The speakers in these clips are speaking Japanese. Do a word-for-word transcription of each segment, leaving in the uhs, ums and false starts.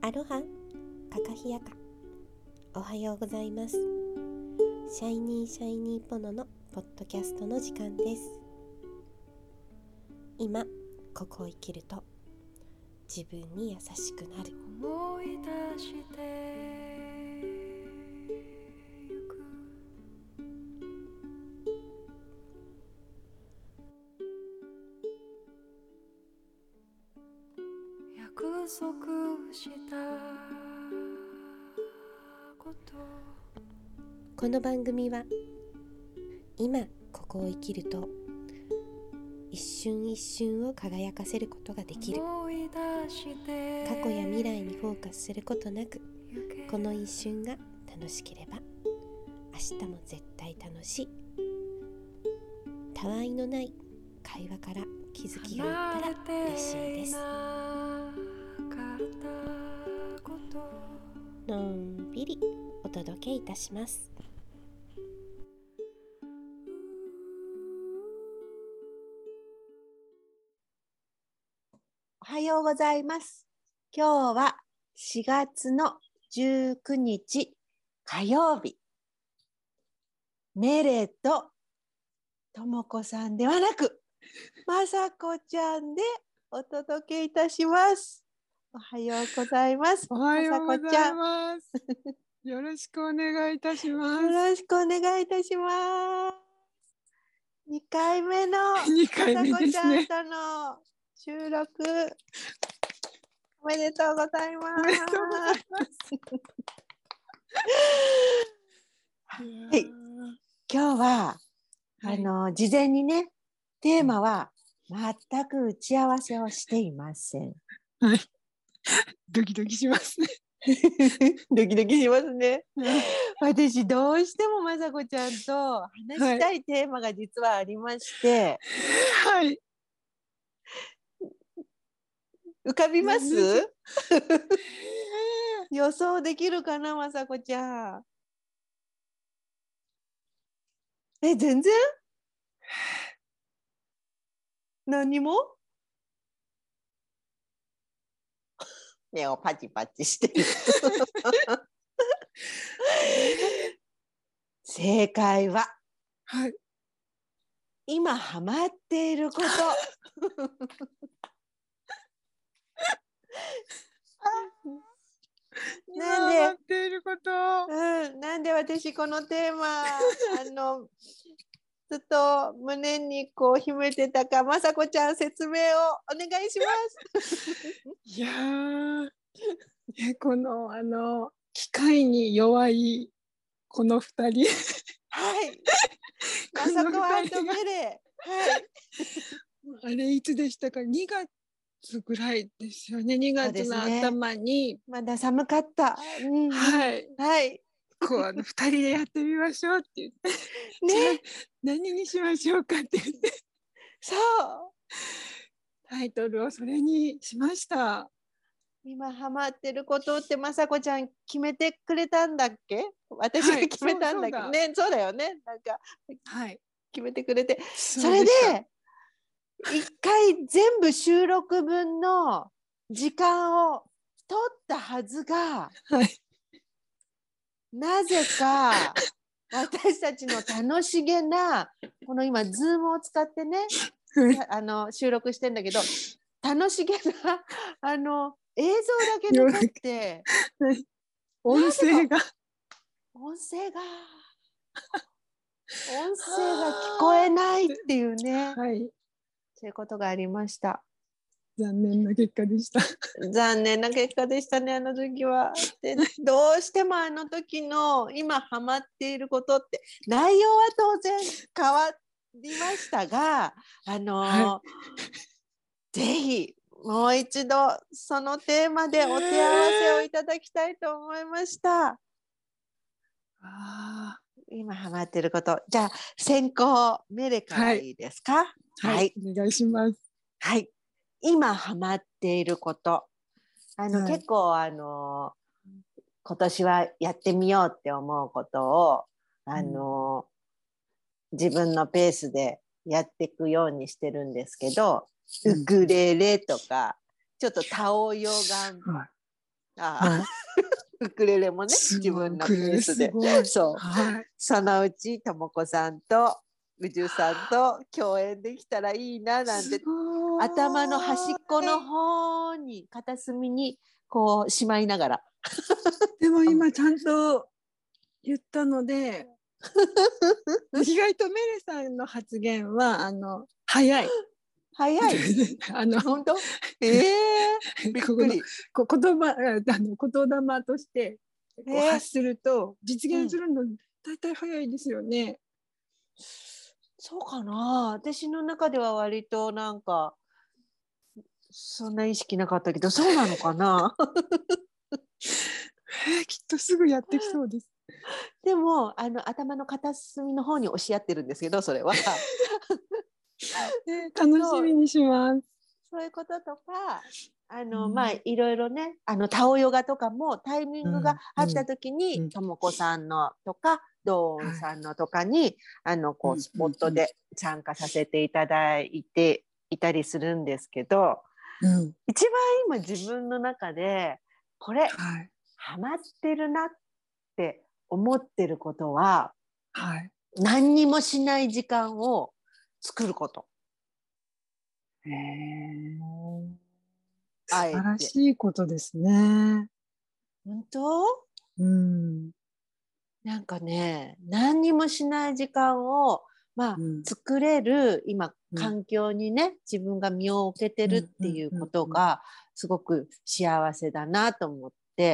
アロハ、カカヒヤカ。おはようございます。シャイニーシャイニーポノのポッドキャストの時間です。今ここを生きると自分に優しくなる。思い出してゆく。約束したこと。この番組は今ここを生きると一瞬一瞬を輝かせることができる。過去や未来にフォーカスすることなく、この一瞬が楽しければ明日も絶対楽しい。たわいのない会話から気づきがあったら嬉しいです。のんびりお届けいたします。 おはようございます。今日はしがつのじゅうくにち火曜日。メレとともこさんではなく、まさこちゃんでお届けいたします。おはようございます。 おはようございます。よろしくお願いいたします。 よろしくお願いいたします。にかいめのにかいめですね。 まさこちゃんとの収録おめでとうございます。 おめでとうございます。 はい、今日は、はい、あの事前にねテーマは全く打ち合わせをしていません。 はい。ドキドキしますね。 ドキドキしますね。私どうしてもまさこちゃんと話したいテーマが実はありまして、 はい。 浮かびます？予想できるかな、まさこちゃん。え、全然？何も？目をパチパチしてる。正解は、 はい、 今ハマっていること。 なんでハマっていること、 うん、なんで私このテーマあのずっと胸にこう秘めてたか、まさこちゃん説明をお願いします。 いやー、このあの機械に弱いこのふたり。 はい。まさこはとメレ。はい。 あれいつでしたか？にがつぐらいですよね。にがつの頭に、 ね、まだ寒かった。うん、 はいはい。 こうあのふたりでやってみましょうって言って、ね、何にしましょうかって言って、 そうタイトルをそれにしました。 今ハマってることってまさこちゃん決めてくれたんだっけ？私が決めたんだっけ？はい、そうそうだね、そうだよね。なんか、はい、決めてくれて、それで一回全部収録分の時間を取ったはずが、 はい、 なぜか私たちの楽しげなこの今ズームを使ってね、あの収録してんだけど、楽しげなあの映像だけ残って音声が音声が音声が聞こえないっていうね、はい、そういうことがありました。 残念な結果でした。 残念な結果でしたね、あの時は。で、どうしてもあの時の今ハマっていることって内容は当然変わりましたが、あの、はい、ぜひもう一度そのテーマでお手合わせをいただきたいと思いました。 あ、 今ハマっていること、じゃあ先行メレからいいですか？ はい、はいはい、お願いします。 はい、今ハマっていること、あの、はい、結構あの今年はやってみようって思うことをあの、うん、自分のペースでやっていくようにしてるんですけど、うん、ウクレレとかちょっとタオヨガ、はい、 あはい。 ウクレレもね、 すごい自分のウクレレペースで。 すごい。 そう。 はい。 そのうちともこさんと宇宙さんと共演できたらいいななんすて、 ごい。 頭の端っこの方に片隅にこうしまいながら。 でも今ちゃんと言ったので、意外とメレさんの発言はあの早い。 早い。 あの本当？ええー、びっくり。 ここ言葉あの言霊としてこうえー、 発すると実現すうん、 るの大体早いですよね。 そうかな。私の中では割となんかそんな意識なかったけど、そうなのかな。 えー、きっとすぐやってきそうです。 でもあの頭の片隅の方に押し合ってるんですけど、それは。 えー、楽しみにします。 そういうこととか、あの、 うん、 まあいろいろね、あのタオヨガとかもタイミングがあった時に、 うんうんともこさんのとかドーンさんのとかに、あのこうスポットで参加させていただいていたりするんですけど、 うん、 一番今自分の中でこれ、 はい、 ハマってるなって思ってることは、 はい、 何にもしない時間を作ること。 えー、 あえ素晴らて。 しいことですね。 本当？ うん、 なんかね、何にもしない時間を、まあ、 うん、 作れる今うん、 環境にね、自分が身を置けてうん、 るってうん、 いうこうん、 とがすごく幸せだなと思って、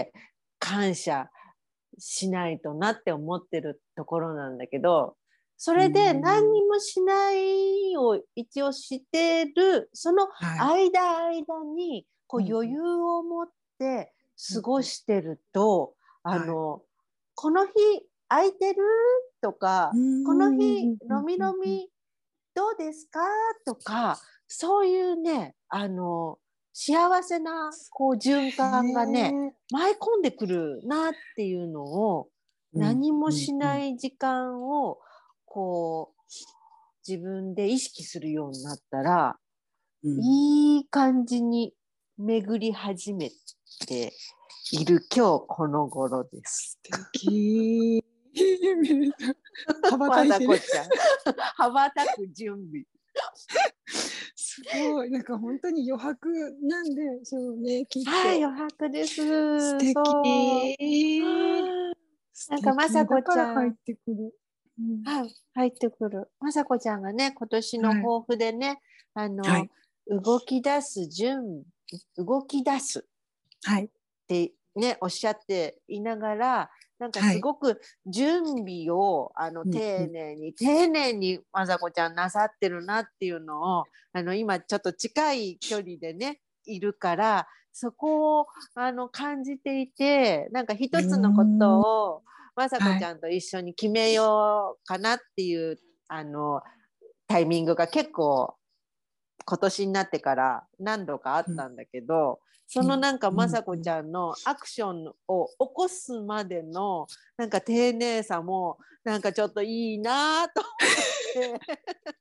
感謝しないとなって思ってるところなんだけど、そうれで何ん、 にもしないを一応してるそのはい、 間間にこううん、 余裕を持って過うん、 ごしてると、あはい、 のこの日空いてるとか、 うこの日ん、 飲み飲みどうですかとか、そういうね、あの幸せなこう循へ環がね、 え、 舞い込んでくるなっていうのを、 うん、 何もうん、うん、 しない時間をこう自分で意識するようになったら、 うん。 いい感じに巡り始めている今日この頃です。 素敵。羽ばたまいてる。 だこちゃん羽ばたく準備。 すごい。なんか本当に余白なんでしょうね、きっはい、 と。 余白で素す。そう。 敵。素なんかまさ敵。だこちから入っゃん、 てくる。うん、 はい、入ってくる。まさこちゃんがね、今年のはい。 抱負でね、あの、 はい。 動き出す準動き出すっはい。 てね、おっしゃっていながら、なんかはい。 すごく準備をあのうん、う丁ん。 寧に丁寧にまさこちゃんなさってるなっていうのを、あの今ちょっと近い距離でねいるから、そこをあの感じていて、なんかう一つのこーん。 とをまさこはい。 ちゃんと一緒に決めようかなっていうあのタイミングが結構今年になってから何度かあっうん、 たんだけど、そうん、 のなんかうん、 雅子ちゃんのアクションを起こすまでのなんか丁寧さもなんかちょっといいなと思って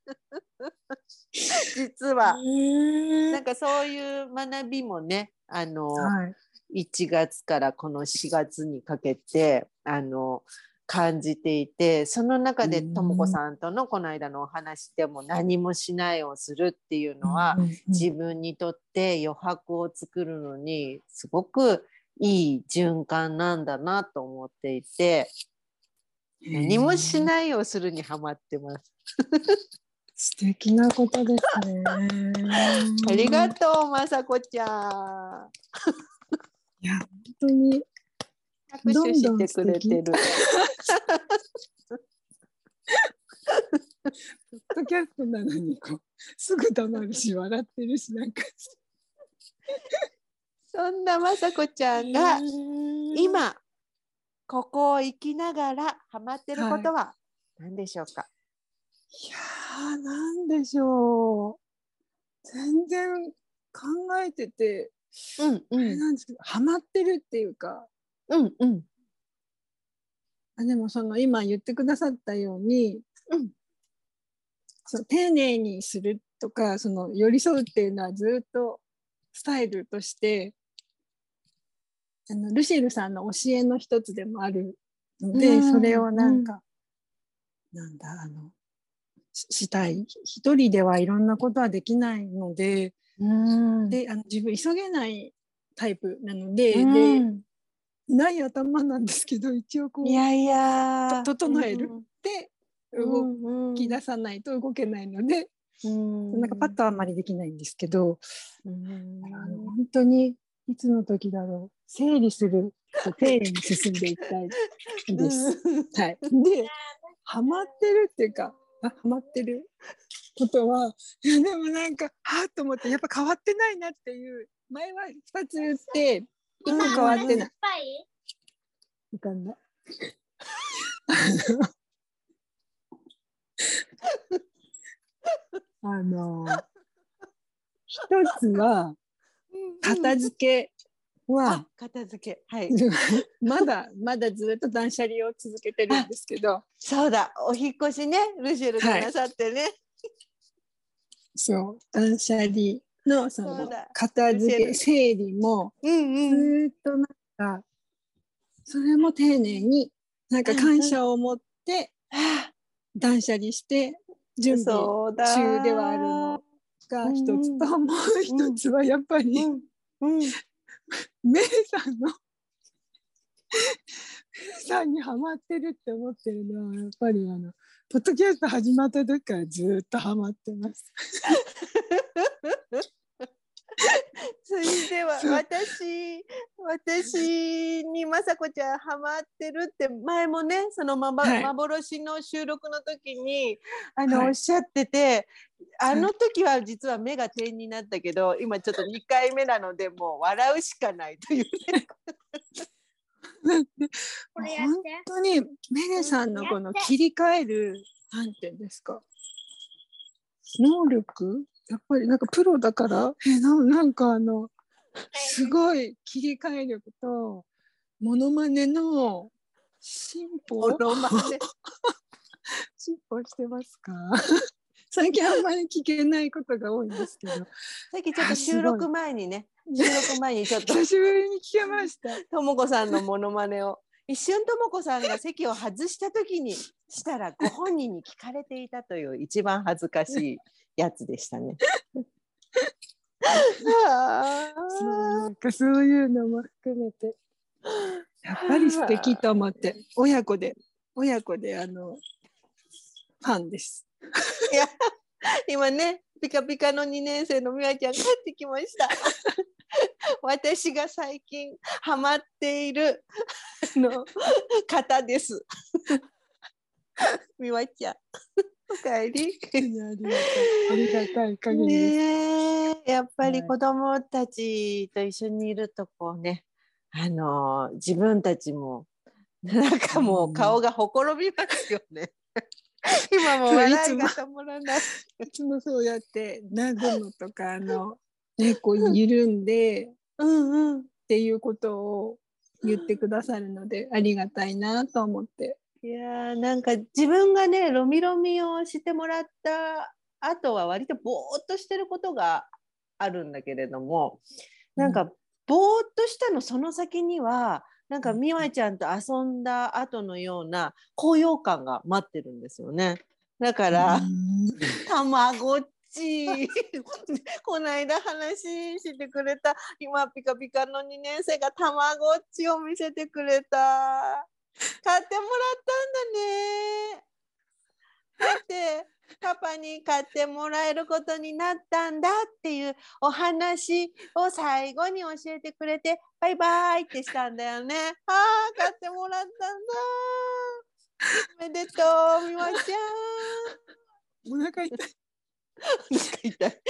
実はへえ。 なんかそういう学びもね、あのはい。 いちがつからこのしがつにかけてあの感じていて、その中うでとも子ん、 さんとのこの間のお話でも何もしないをするっていううん、 のはうん、うん。 自分にとって余白を作るのにすごくいい循環なんだなと思っていて、 へ何もしえ。 ないをするにハマってます。 素敵なことですね。 ありがとう、まさこちゃん。 いや、本当に拍手どんどんしてくれ素敵。 てる。 ポッドキャストなのにこうすぐ黙るし笑ってるしなんか。 そんなまさこちゃんが今ここを生きながらハマってるこはい。 とは何でしょうか？ いやー、なんでしょう。全然考えてて、 うんうんあれなんですけど、ハマってるっていうか、 うんうんあでもその今言ってくださったように、 うんその丁寧にするとか、その寄り添うっていうのはずっとスタイルとしてあのルシェルさんの教えの一つでもあるので、 うんそれをなんか、うん、なんだあのし、したい。一人ではいろんなことはできないので、 うん、 であの自分急げないタイプなので、 うん、 でない頭なんですけど、一応こういやいやと整える、 うん、 でうん、 動き出さないと動けないので、 うん、 なんかパッとあんまりできないんですけど、 うん、 あの本当にいつの時だろう、整理すると丁寧に進んでいきたいです。はい。で、ハマってるっていうか、あ、ハマってることは、いやでもなんか、はぁと思って、やっぱ変わってないなっていう、前はふたつ言って、いっこ変わってない。わかんない。あの、一つは、片付けは、 片付け、はい。 まだまだずっと断捨離を続けてるんですけど、 そうだ、お引越しね、ルシェルがなさってね。はい、 そう、断捨離のその片付け、整理も、ずっとなんか、それも丁寧に、なんか感謝を持って断捨離して準備中ではあるのが一つと、もう一つはやっぱり、うんうん、メイさんのメイさんにハマってるって思ってるのはやっぱりあのポッドキャスト始まった時からずっとハマってます。 そしては私私にまさこちゃんハマってるって前もね、その、まはい、幻の収録の時にあの、はい、おっしゃってて、あの時は実は目が点になったけど、今ちょっとにかいめなのでもう笑うしかないというね。 本当にメレさんのこの切り替えるなんていうんですか、能力、やっぱりなんかプロだからえ な, なんかあのすごい切り替え力とモノマネの進歩モノマネ進歩してますか？最近あんまり聞けないことが多いんですけど、さっきちょっと収録前にね収録前にちょっと久しぶりに聞けました。 ともこさんのモノマネを一瞬ともこさんが席を外した時にしたらご本人に聞かれていたという一番恥ずかしいやつでしたね。 そうなんかそういうのも含めてやっぱり素敵と思って親子で親子であのファンです。 いや今ねピカピカのにねん生のみわちゃん帰ってきました。私が最近ハマっているの方です。みわちゃんおかえり。 ありがたい限りです。 ね、やっぱり子どもたちと一緒にいるとこうね、あの自分たちもなんかもう顔がほころびますよね。今も笑いが止まらない。 いつもそうやって和むとかあの、ね、こう緩んで、うんうん、っていうことを言ってくださるのでありがたいなと思って。 いやなんか自分がねロミロミをしてもらった後は割とぼーっとしてることがあるんだけれども、なんかぼーっとしたのその先にはなんかみわちゃんと遊んだ後のような高揚感が待ってるんですよね。だからたまごっちこの間話してくれた今ピカピカのにねん生がたまごっちを見せてくれた。買ってもらったんだね。だってパパに買ってもらえることになったんだっていうお話を最後に教えてくれてバイバイってしたんだよね。ああ買ってもらったんだ。おめでとうみわちゃん。お腹痛い。 お腹痛い。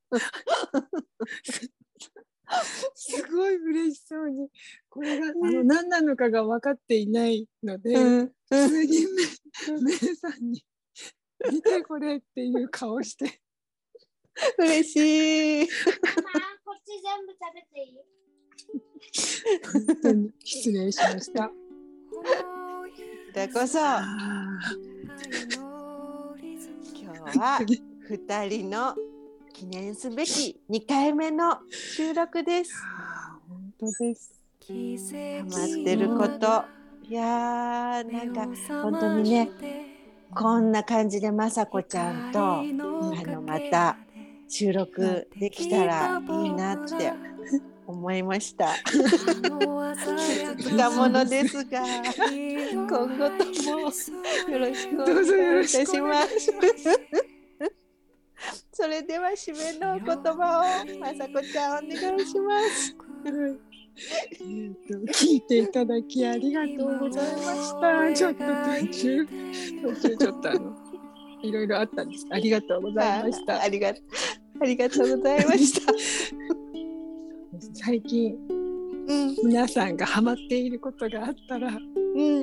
すごい嬉しそうにこれが、ね、あの何なのかが分かっていないので、うん、普通にめいさんに見てこれっていう顔して嬉しい。 こっち全部食べていい？ 本当に失礼しました。 だこそ今日はふたりの記念すべきにかいめの収録です。 本当です。 ハマってること、いやーなんか本当にね、こんな感じでまさこちゃんとあのまた収録できたらいいなって思いました。近物ですが、今後ともよろしくお願いいたします。それでは締めの言葉をまさこちゃんお願いします。 聞いていただきありがとうございました。ちょっと途中途中ちょっとあのいろいろあったんです。ありがとうございました。 あ、ありがありがとうございました。 最近、うん、皆さんがハマっていることがあったら、うん、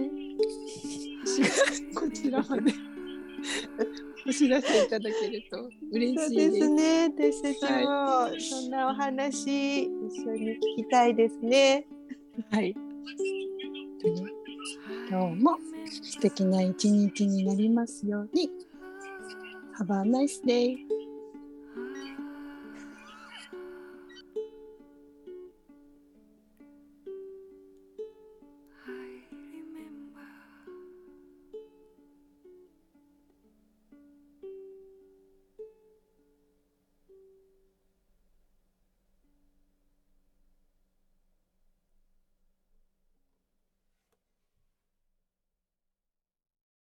こちらまでお知らせいただけると嬉しいです。 そうですね。私たちも、はい、そんなお話一緒に聞きたいですね。 はい。今日も素敵な一日になりますように。Have a nice day.